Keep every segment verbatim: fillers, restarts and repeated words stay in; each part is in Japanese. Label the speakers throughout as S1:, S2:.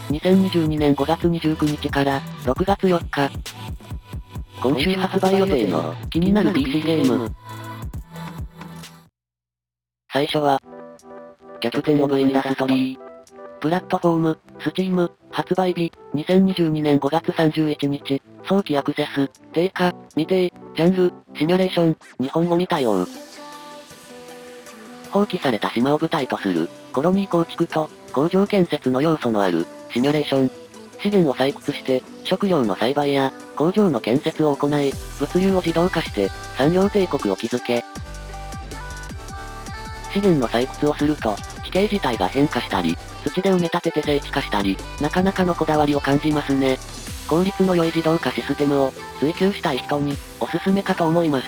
S1: にせんにじゅうにねんごがつにじゅうくにちからろくがつよっか。今週発売予定の気になる ピーシー ゲーム。最初は、キャプテンオブインダストリー。プラットフォーム、スチーム、発売日、にせんにじゅうにねんごがつさんじゅういちにち、早期アクセス、定価、未定、ジャンル、シミュレーション、日本語未対応。放棄された島を舞台とする、コロニー構築と、工場建設の要素のある、シミュレーション。資源を採掘して、食料の栽培や、工場の建設を行い、物流を自動化して、産業帝国を築け。資源の採掘をすると、地形自体が変化したり、土で埋め立てて整地化したり、なかなかのこだわりを感じますね。効率の良い自動化システムを、追求したい人に、おすすめかと思います。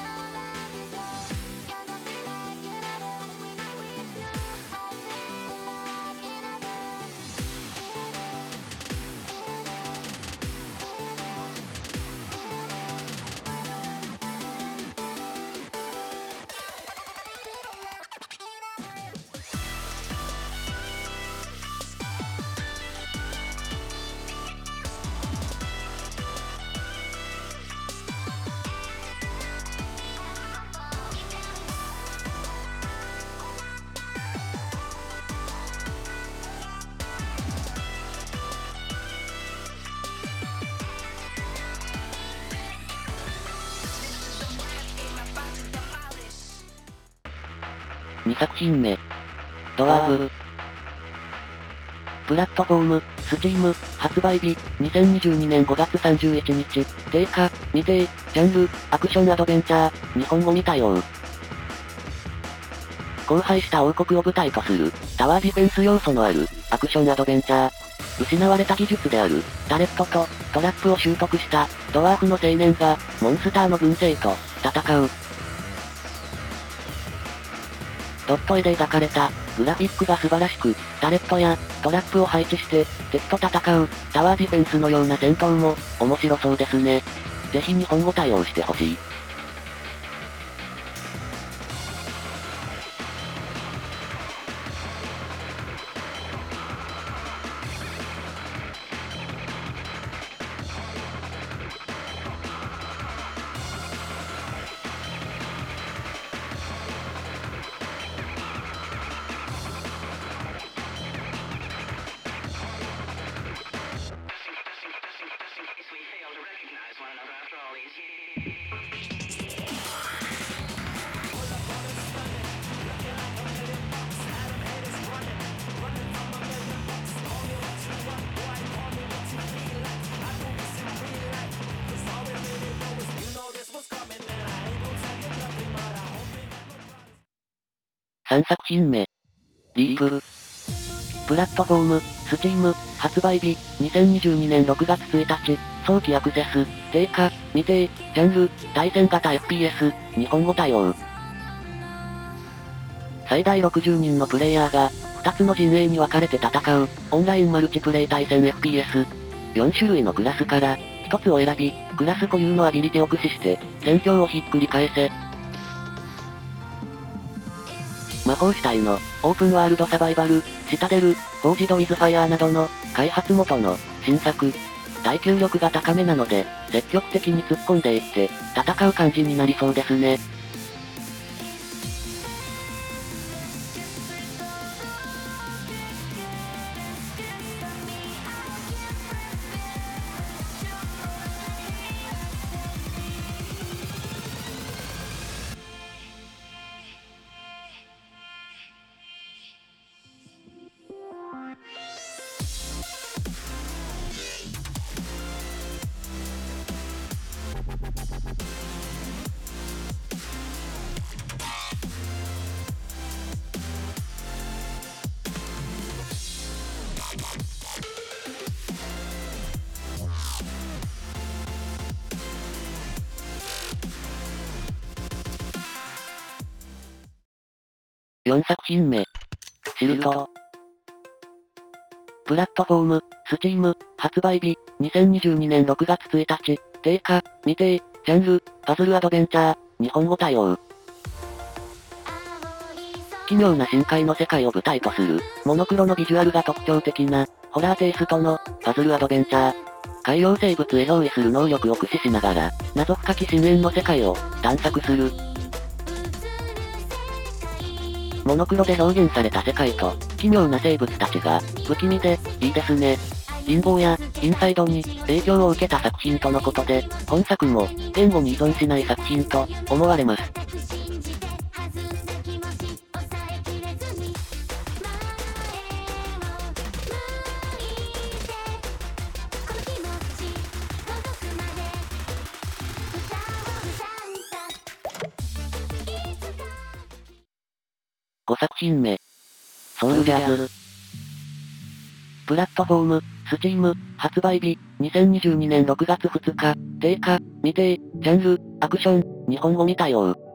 S1: にさく品目。ドワーフ。プラットフォーム、スチーム、発売日、にせんにじゅうにねんごがつさんじゅういちにち、定価、未定、ジャンル、アクションアドベンチャー、日本語未対応。荒廃した王国を舞台とする、タワーディフェンス要素のある、アクションアドベンチャー。失われた技術である、タレットと、トラップを習得した、ドワーフの青年が、モンスターの軍勢と、戦う。ドット絵で描かれた、グラフィックが素晴らしく、タレットや、トラップを配置して、敵と戦う、タワーディフェンスのような戦闘も、面白そうですね。ぜひ日本語対応してほしい。さんさく品目。リープ。プラットフォーム、スチーム、発売日、にせんにじゅうにねんろくがつついたち、早期アクセス、定価、未定、ジャンル、対戦型 エフピーエス、日本語対応。最大ろくじゅうにんのプレイヤーが、ふたつの陣営に分かれて戦う、オンラインマルチプレイ対戦 エフピーエス。よんしゅるいのクラスから、ひとつを選び、クラス固有のアビリティを駆使して、戦況をひっくり返せ。魔法主体の、オープンワールドサバイバル、シタデル、フォージドウィズファイアーなどの、開発元の、新作。耐久力が高めなので、積極的に突っ込んでいって、戦う感じになりそうですね。よんさく品目。シルト。プラットフォーム、スチーム、発売日、にせんにじゅうにねんろくがつついたち、定価、未定、ジャンル、パズルアドベンチャー、日本語対応。奇妙な深海の世界を舞台とする、モノクロのビジュアルが特徴的な、 ホラーテイストの、パズルアドベンチャー。海洋生物へ憑依する能力を駆使しながら、謎深き深淵の世界を、探索する。モノクロで表現された世界と、奇妙な生物たちが、不気味で、いいですね。人望や、インサイドに、影響を受けた作品とのことで、本作も、言語に依存しない作品と、思われます。ごさく品目。ソウルジャーズ。プラットフォーム、スチーム、発売日、にせんにじゅうにねんろくがつふつか、定価、未定、ジャンル、アクション、日本語未対応。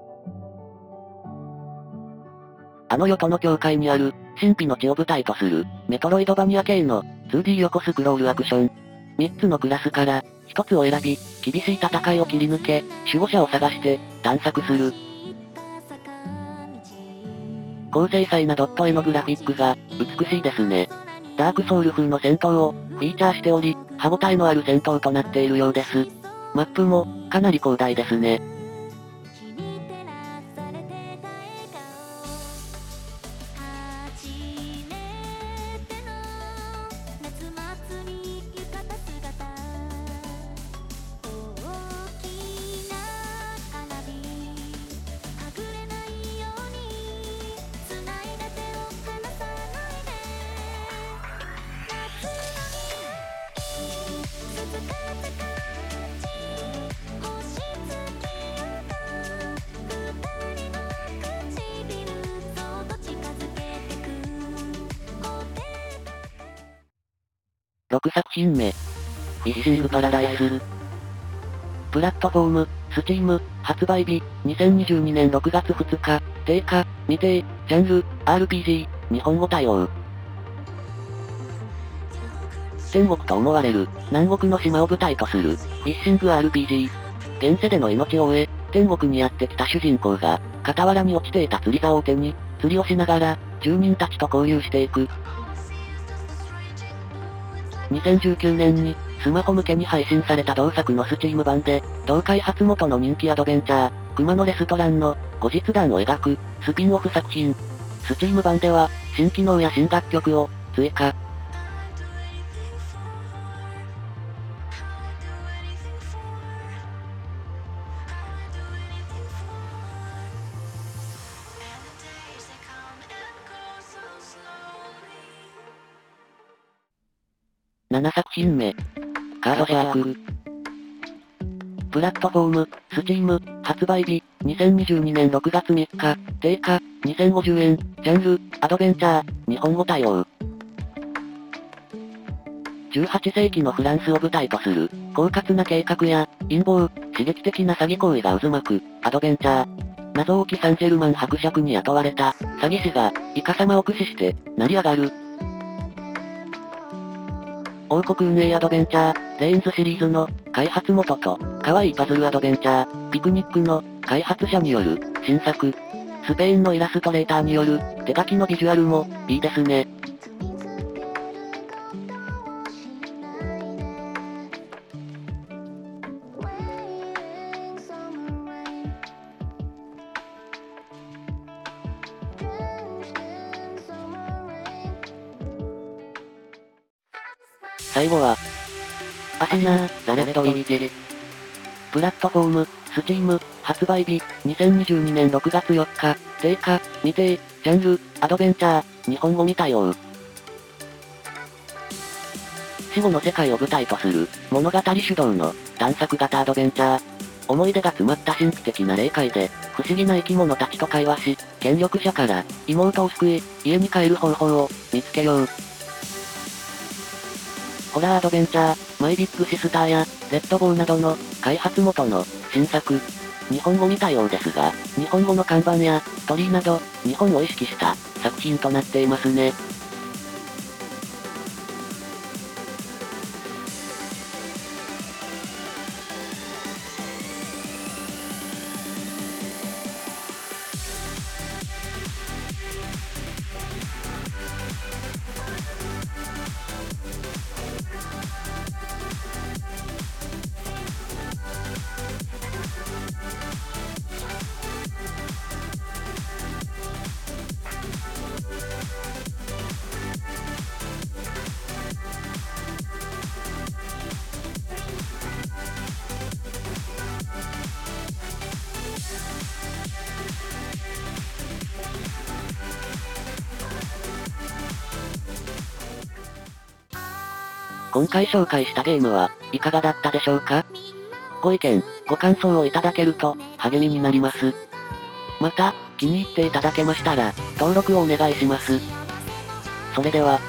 S1: あの世との境界にある、神秘の地を舞台とする、メトロイドバニア系の、ツーディー 横スクロールアクション。みっつのクラスから、ひとつを選び、厳しい戦いを切り抜け、守護者を探して、探索する。高精細なドット絵のグラフィックが、美しいですね。ダークソウル風の戦闘を、フィーチャーしており、歯応えのある戦闘となっているようです。マップも、かなり広大ですね。ろくさく品目。フィッシングパラダイス。プラットフォーム、スチーム、発売日、にせんにじゅうにねんろくがつふつか、定価、未定、ジャンル、アールピージー、日本語対応。天国と思われる、南国の島を舞台とする、フィッシング アールピージー。現世での命を終え、天国にやってきた主人公が、傍らに落ちていた釣り竿を手に、釣りをしながら、住人たちと交流していく。にせんじゅうきゅうねんに、スマホ向けに配信された同作のスチーム版で、同開発元の人気アドベンチャー、熊のレストランの、後日談を描く、スピンオフ作品。スチーム版では、新機能や新楽曲を、追加。ななさく品目。カードシャーク。プラットフォーム、スチーム、発売日、にせんにじゅうにねんろくがつみっか、定価、にせんごじゅうえん、ジャンル、アドベンチャー、日本語対応。じゅうはっせいきのフランスを舞台とする、狡猾な計画や、陰謀、刺激的な詐欺行為が渦巻く、アドベンチャー。謎多きサンジェルマン伯爵に雇われた、詐欺師が、イカ様を駆使して、成り上がる。王国運営アドベンチャー、レインズシリーズの、開発元と、可愛いパズルアドベンチャー、ピクニックの、開発者による、新作。スペインのイラストレーターによる、手書きのビジュアルも、いいですね。最後は、アシナー、ザレッドイージェ。プラットフォーム、スチーム、発売日、にせんにじゅうにねんろくがつよっか、定価、未定、ジャンル、アドベンチャー、日本語未対応。死後の世界を舞台とする、物語主導の、探索型アドベンチャー。思い出が詰まった神秘的な霊界で、不思議な生き物たちと会話し、権力者から、妹を救い、家に帰る方法を、見つけよう。ホラーアドベンチャー、マイビッグシスターや、レッドボーなどの、開発元の、新作。日本語未対応ですが、日本語の看板や、鳥居など、日本を意識した、作品となっていますね。 今回紹介したゲームはいかがだったでしょうか？ご意見、ご感想をいただけると励みになります。また、気に入っていただけましたら、登録をお願いします。それでは、